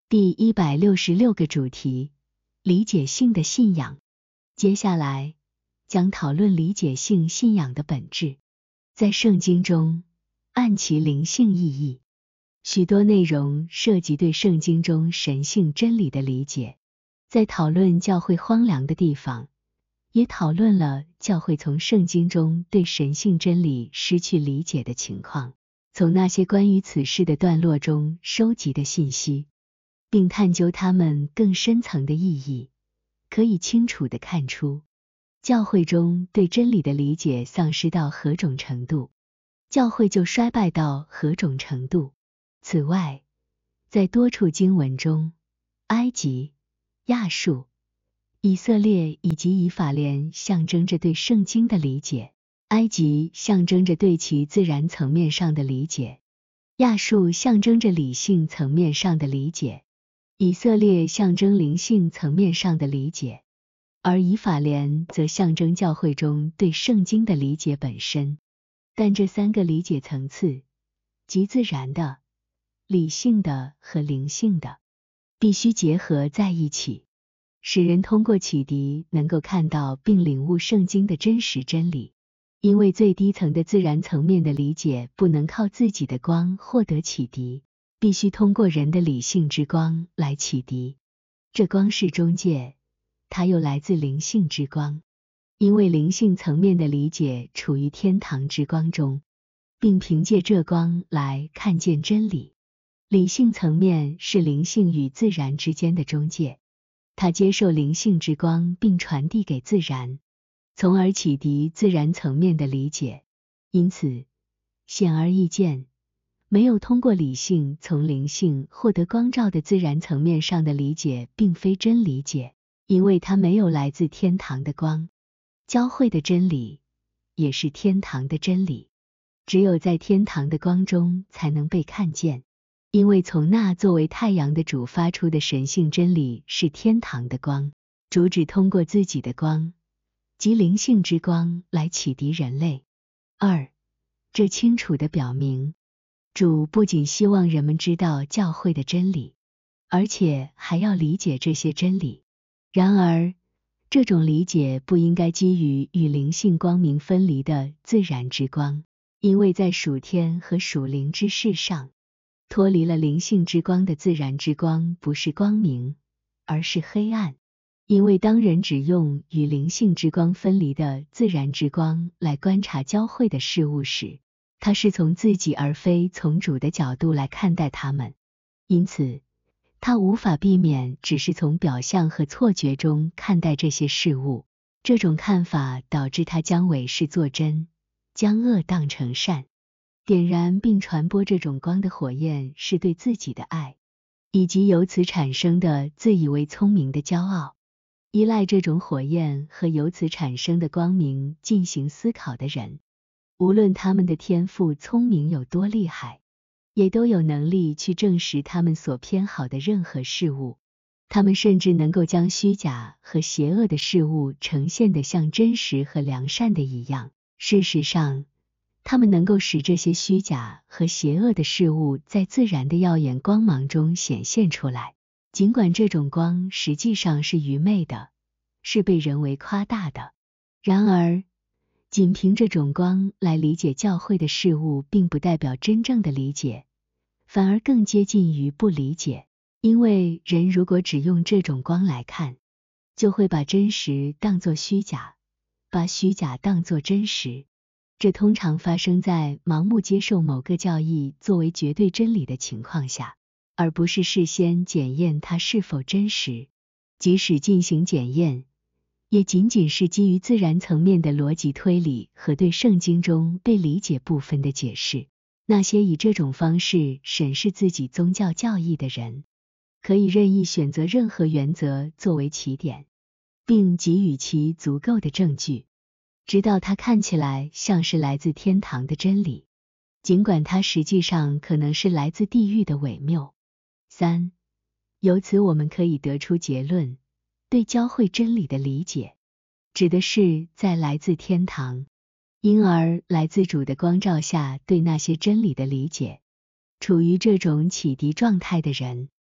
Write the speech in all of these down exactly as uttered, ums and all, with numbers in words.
第一百六十六个主题：理解性的信仰。接下来将讨论理解性信仰的本质。在圣经中，按其灵性意义，许多内容涉及对圣经中神性真理的理解。在讨论教会荒凉的地方，也讨论了教会从圣经中对神性真理失去理解的情况，从那些关于此事的段落中收集的信息，并探究它们更深层的意义，可以清楚地看出教会中对真理的理解丧失到何种程度，教会就衰败到何种程度。此外，在多处经文中，埃及、亚述、以色列以及以法莲象征着对圣经的理解。埃及象征着对其自然层面上的理解，亚述象征着理性层面上的理解，以色列象征灵性层面上的理解，而以法莲则象征教会中对圣经的理解本身。但这三个理解层次，即自然的、理性的和灵性的，必须结合在一起，使人通过启迪能够看到并领悟圣经的真实真理。因为最低层的自然层面的理解不能靠自己的光获得启迪，必须通过人的理性之光来启迪。这光是中介，它又来自灵性之光。因为灵性层面的理解处于天堂之光中，并凭借这光来看见真理。理性层面是灵性与自然之间的中介，它接受灵性之光并传递给自然，从而启迪自然层面的理解。因此，显而易见，没有通过理性从灵性获得光照的自然层面上的理解并非真理解，因为它没有来自天堂的光。教会的真理也是天堂的真理，只有在天堂的光中才能被看见，因为从那作为太阳的主发出的神性真理是天堂的光。主只通过自己的光，即灵性之光来启迪人类。二，这清楚地表明，主不仅希望人们知道教会的真理，而且还要理解这些真理。然而，这种理解不应该基于与灵性光明分离的自然之光，因为在属天和属灵之事上，脱离了灵性之光的自然之光不是光明，而是黑暗。因为当人只用与灵性之光分离的自然之光来观察教会的事物时，他是从自己而非从主的角度来看待他们，因此他无法避免只是从表象和错觉中看待这些事物。这种看法导致他将伪视作真，将恶当成善。点燃并传播这种光的火焰是对自己的爱，以及由此产生的自以为聪明的骄傲。依赖这种火焰和由此产生的光明进行思考的人，无论他们的天赋聪明有多厉害，也都有能力去证实他们所偏好的任何事物。他们甚至能够将虚假和邪恶的事物呈现得像真实和良善的一样。事实上，他们能够使这些虚假和邪恶的事物在自然的耀眼光芒中显现出来，尽管这种光实际上是愚昧的，是被人为夸大的。然而，仅凭这种光来理解教会的事物并不代表真正的理解，反而更接近于不理解。因为人如果只用这种光来看，就会把真实当作虚假，把虚假当作真实。这通常发生在盲目接受某个教义作为绝对真理的情况下，而不是事先检验它是否真实。即使进行检验，也仅仅是基于自然层面的逻辑推理和对圣经中被理解部分的解释。那些以这种方式审视自己宗教教义的人，可以任意选择任何原则作为起点，并给予其足够的证据，直到它看起来像是来自天堂的真理，尽管它实际上可能是来自地狱的伪谬。三，由此我们可以得出结论，对教会真理的理解，指的是在来自天堂，因而来自主的光照下对那些真理的理解。处于这种启迪状态的人，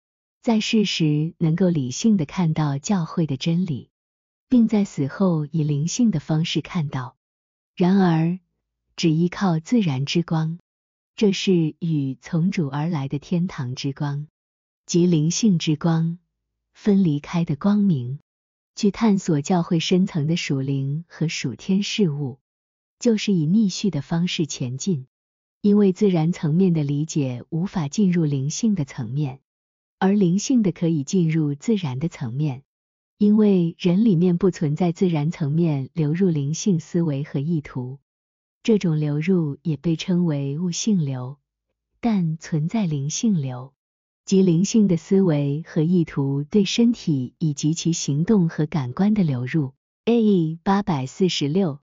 在世时能够理性地看到教会的真理，并在死后以灵性的方式看到。然而，只依靠自然之光，这是与从主而来的天堂之光，即灵性之光分离开的光明，去探索教会深层的属灵和属天事物，就是以逆序的方式前进。因为自然层面的理解无法进入灵性的层面，而灵性的可以进入自然的层面。因为人里面不存在自然层面流入灵性思维和意图，这种流入也被称为物性流，但存在灵性流，即灵性的思维和意图对身体以及其行动和感官的流入。A 八百四十六